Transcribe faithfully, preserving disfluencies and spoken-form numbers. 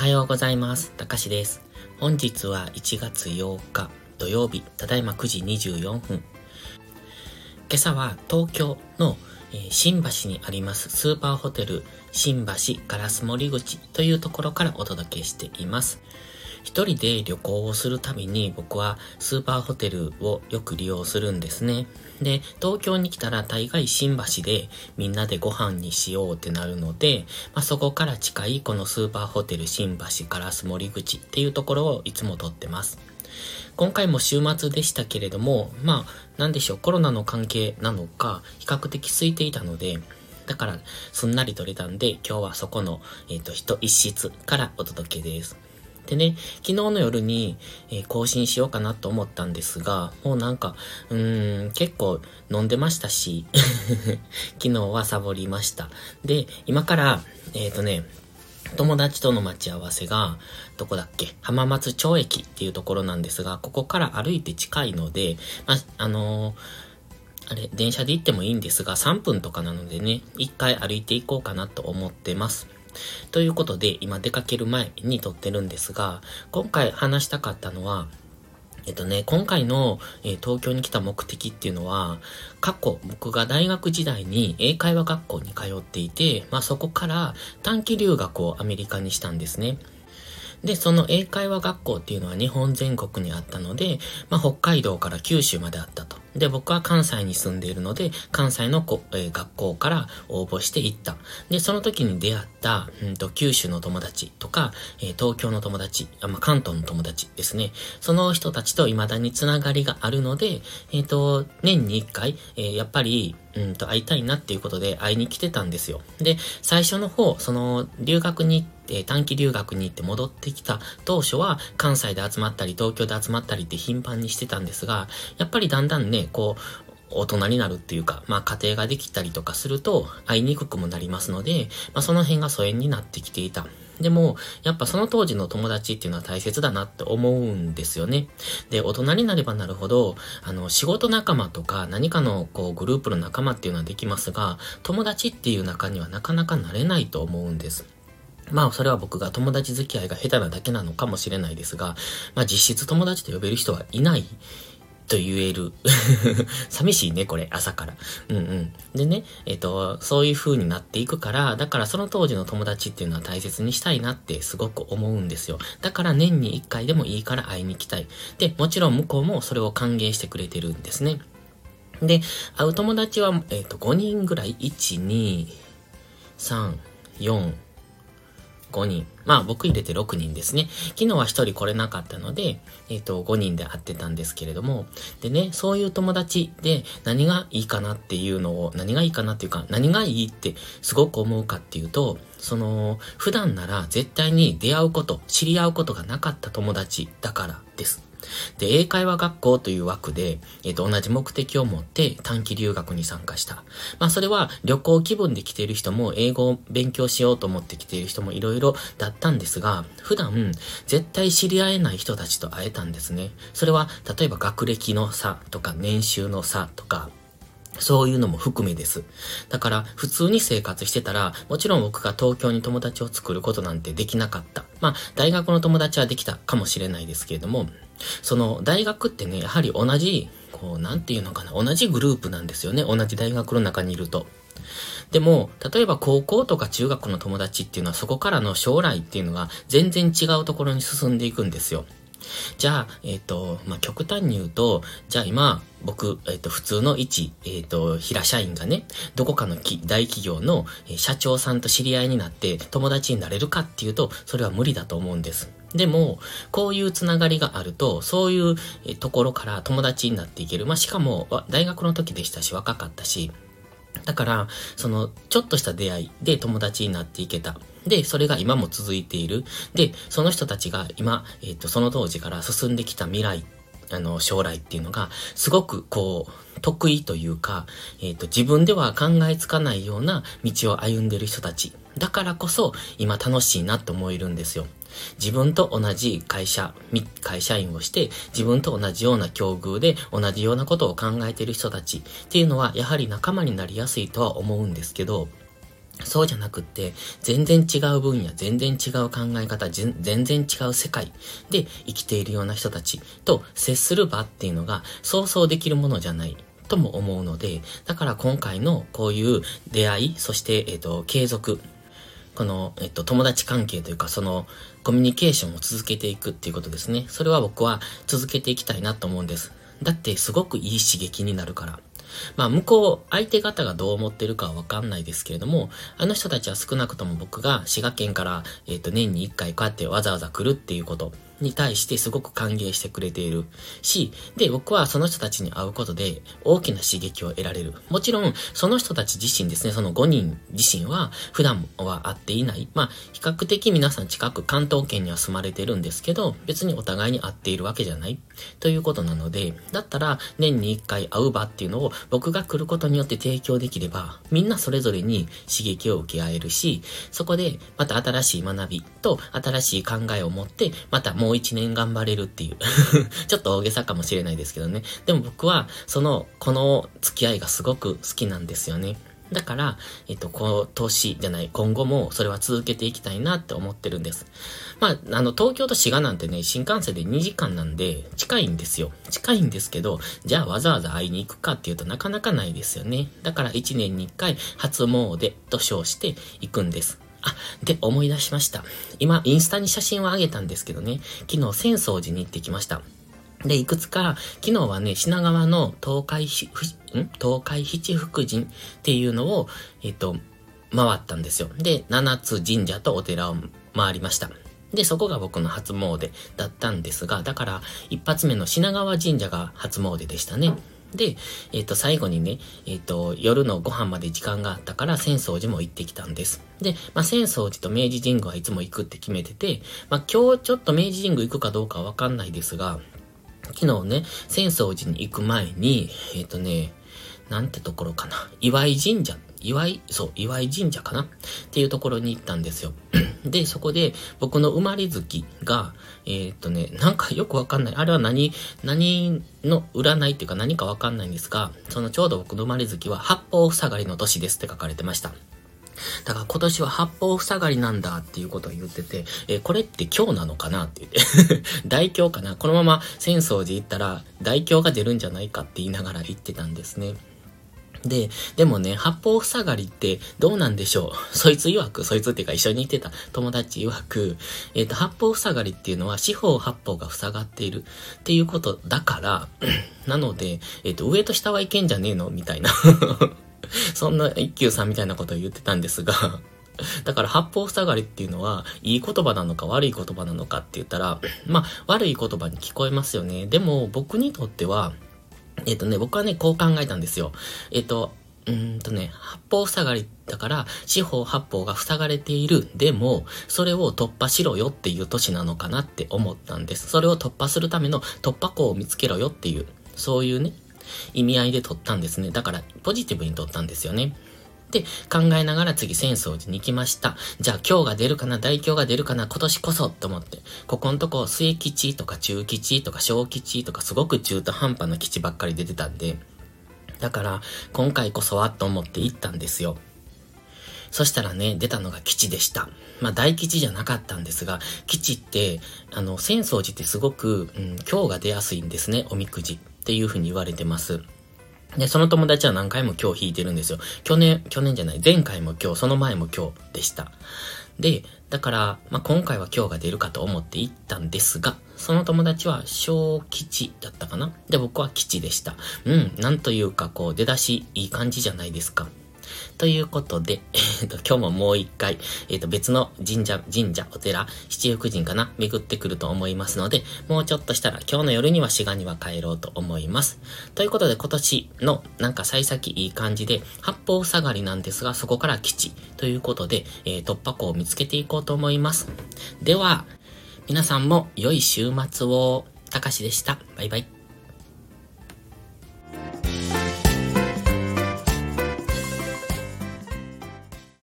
はようございます。たかしです。本日はいちがつようか土曜日、ただいまくじにじゅうよんぷん。今朝は東京の、えー、新橋にありますスーパーホテル新橋烏森口というところからお届けしています。一人で旅行をするたびに僕はスーパーホテルをよく利用するんですね。で、東京に来たら大概新橋でみんなでご飯にしようってなるので、まあ、そこから近いこのスーパーホテル新橋烏森口っていうところをいつも撮ってます。今回も週末でしたけれども、まあ、なんでしょう、コロナの関係なのか、比較的空いていたので、だからすんなり撮れたんで、今日はそこの、えっと、人一室からお届けです。でね、昨日の夜に、えー、更新しようかなと思ったんですが、もうなんか、うーん、結構飲んでましたし、昨日はサボりました。で、今から、えっとね、友達との待ち合わせが、どこだっけ浜松町駅っていうところなんですが、ここから歩いて近いので、まあ、あのー、あれ、電車で行ってもいいんですが、さんぷんとかなのでね、一回歩いていこうかなと思ってます。ということで、今出かける前に撮ってるんですが、今回話したかったのは、えっとね、今回の、えー、東京に来た目的っていうのは、過去僕が大学時代に英会話学校に通っていて、まあそこから短期留学をアメリカにしたんですね。で、その英会話学校っていうのは日本全国にあったので、まあ北海道から九州まであったと。で、僕は関西に住んでいるので、関西のこ、えー、学校から応募していった。で、その時に出会った、うんと、九州の友達とか、えー、東京の友達、あまあ、関東の友達ですね。その人たちと未だにつながりがあるので、えっと、年に一回、えー、やっぱり、うんと、会いたいなっていうことで会いに来てたんですよ。で、最初の方、その、留学に行って、短期留学に行って戻ってきた当初は、関西で集まったり、東京で集まったりって頻繁にしてたんですが、やっぱりだんだんね、こう、大人になるっていうか、まあ家庭ができたりとかすると、会いにくくもなりますので、まあその辺が疎遠になってきていた。でも、やっぱその当時の友達っていうのは大切だなって思うんですよね。で、大人になればなるほど、あの、仕事仲間とか何かのこうグループの仲間っていうのはできますが、友達っていう中にはなかなかなれないと思うんです。まあ、それは僕が友達付き合いが下手なだけなのかもしれないですが、まあ実質友達と呼べる人はいないと言える。寂しいね、これ、朝から。うんうん。でね、えっと、そういう風になっていくから、だからその当時の友達っていうのは大切にしたいなってすごく思うんですよ。だから年に一回でもいいから会いに行きたい。で、もちろん向こうもそれを歓迎してくれてるんですね。で、会う友達は、えっと、ごにんぐらい、いち、に、さん、よん、ごにん。まあ僕入れてろくにんですね。昨日はひとり来れなかったので、えっと、ごにんで会ってたんですけれども。でね、そういう友達で何がいいかなっていうのを、何がいいかなっていうか、何がいいってすごく思うかっていうと、その、普段なら絶対に出会うこと、知り合うことがなかった友達だからです。で、英会話学校という枠で、えっと、同じ目的を持って短期留学に参加した。まあ、それは旅行気分で来ている人も、英語を勉強しようと思って来ている人もいろいろだったんですが、普段、絶対知り合えない人たちと会えたんですね。それは、例えば学歴の差とか、年収の差とか、そういうのも含めです。だから、普通に生活してたら、もちろん僕が東京に友達を作ることなんてできなかった。まあ、大学の友達はできたかもしれないですけれども、その、大学ってね、やはり同じ、こう、なんていうのかな、同じグループなんですよね。同じ大学の中にいると。でも、例えば高校とか中学の友達っていうのはそこからの将来っていうのが全然違うところに進んでいくんですよ。じゃあ、えっと、まあ、極端に言うと、じゃあ今、僕、えっと、普通の一、えっと、平社員がね、どこかの大企業の社長さんと知り合いになって友達になれるかっていうと、それは無理だと思うんです。でも、こういうつながりがあると、そういうところから友達になっていける。まあ、しかも、大学の時でしたし、若かったし、だから、その、ちょっとした出会いで友達になっていけた。で、それが今も続いている。で、その人たちが今、えっと、その当時から進んできた未来、あの、将来っていうのが、すごく、こう、得意というか、えっと、自分では考えつかないような道を歩んでる人たち。だからこそ、今楽しいなって思えるんですよ。自分と同じ会社、会社員をして、自分と同じような境遇で同じようなことを考えている人たちっていうのは、やはり仲間になりやすいとは思うんですけど、 そうじゃなくって、全然違う分野、全然違う考え方、全然違う世界で生きているような人たちと接する場っていうのがそうそうできるものじゃないとも思うので、だから今回のこういう出会い、そして、えっと、継続、この、えっと、友達関係というか、その、コミュニケーションを続けていくっていうことですね。それは僕は続けていきたいなと思うんです。だって、すごくいい刺激になるから。まあ、向こう、相手方がどう思ってるかはわかんないですけれども、あの人たちは少なくとも僕が滋賀県から、えっと、年に一回こうやってわざわざ来るっていうことに対してすごく歓迎してくれているし、で、僕はその人たちに会うことで大きな刺激を得られる。もちろん、その人たち自身ですね、そのごにん自身は普段は会っていない。まあ、比較的皆さん近く関東圏には住まれてるんですけど、別にお互いに会っているわけじゃないということなので、だったら年に一回会う場っていうのを僕が来ることによって提供できれば、みんなそれぞれに刺激を受け合えるし、そこでまた新しい学びと新しい考えを持って、またもう一年頑張れるっていう。ちょっと大げさかもしれないですけどね。でも僕は、その、この付き合いがすごく好きなんですよね。だから、えっと、今年じゃない、今後もそれは続けていきたいなって思ってるんです。まあ、あの、東京と滋賀なんてね、新幹線でにじかんなんで、近いんですよ。近いんですけど、じゃあわざわざ会いに行くかっていうとなかなかないですよね。だからいちねんにいっかい、初詣と称して行くんです。あ、で、思い出しました。今、インスタに写真を上げたんですけどね、昨日浅草寺に行ってきました。で、いくつか、昨日はね、品川の東海し、ん東海七福神っていうのを、えっと、回ったんですよ。で、七つ神社とお寺を回りました。で、そこが僕の初詣だったんですが、だから、一発目の品川神社が初詣でしたね。で、えっと、最後にね、えっと、夜のご飯まで時間があったから、浅草寺も行ってきたんです。で、まあ、浅草寺と明治神宮はいつも行くって決めてて、まあ、今日ちょっと明治神宮行くかどうかはわかんないですが、昨日ね、浅草寺に行く前に、えっとね、なんてところかな。岩井神社、岩井、そう、岩井神社かなっていうところに行ったんですよ。で、そこで僕の生まれ月が、えー、っとね、なんかよくわかんない。あれは何、何の占いっていうか何かわかんないんですが、そのちょうど僕の生まれ月は八方塞がりの年ですって書かれてました。だから今年は八方塞がりなんだっていうことを言ってて、えー、これって今日なのかなって言って。大凶かなこのまま浅草寺行ったら大凶が出るんじゃないかって言いながら行ってたんですね。で、でもね、八方塞がりってどうなんでしょう。そいつ曰く、そいつっていうか一緒に行ってた友達曰く、えっと、八方塞がりっていうのは四方八方が塞がっているっていうことだから、なので、えっと、上と下はいけんじゃねえのみたいな。そんな一休さんみたいなことを言ってたんですが、だから八方塞がりっていうのは、いい言葉なのか悪い言葉なのかって言ったら、まあ、悪い言葉に聞こえますよね。でも、僕にとっては、えっとね、僕はね、こう考えたんですよ。えっと、うーんとね、八方塞がりだから、四方八方が塞がれている。でも、それを突破しろよっていう年なのかなって思ったんです。それを突破するための突破口を見つけろよっていう、そういうね、意味合いで取ったんですね。だから、ポジティブに取ったんですよね。で、考えながら次浅草寺に行きました。じゃあ今日が出るかな、大凶が出るかな、今年こそと思って。ここのとこ末吉とか中吉とか小吉とかすごく中途半端な吉ばっかり出てたんで。だから今回こそはと思って行ったんですよ。そしたらね、出たのが吉でした。まあ大吉じゃなかったんですが、吉って、あの、浅草寺ってすごく、うん、今日が出やすいんですね、おみくじっていう風に言われてます。で、その友達は何回も今日弾いてるんですよ。去年、去年じゃない、前回も今日、その前も今日でした。で、だから、まあ、今回は今日が出るかと思って行ったんですが、その友達は小吉だったかな。で、僕は吉でした。うん、なんというか、こう、出だしいい感じじゃないですか。ということで、えっと、今日ももう一回、えっと、別の神社、神社、お寺、七福神かな、巡ってくると思いますので、もうちょっとしたら今日の夜には滋賀には帰ろうと思います。ということで、今年のなんか幸先いい感じで、八方塞がりなんですが、そこから吉ということで、えー、突破口を見つけていこうと思います。では、皆さんも良い週末を。たかしでした。バイバイ。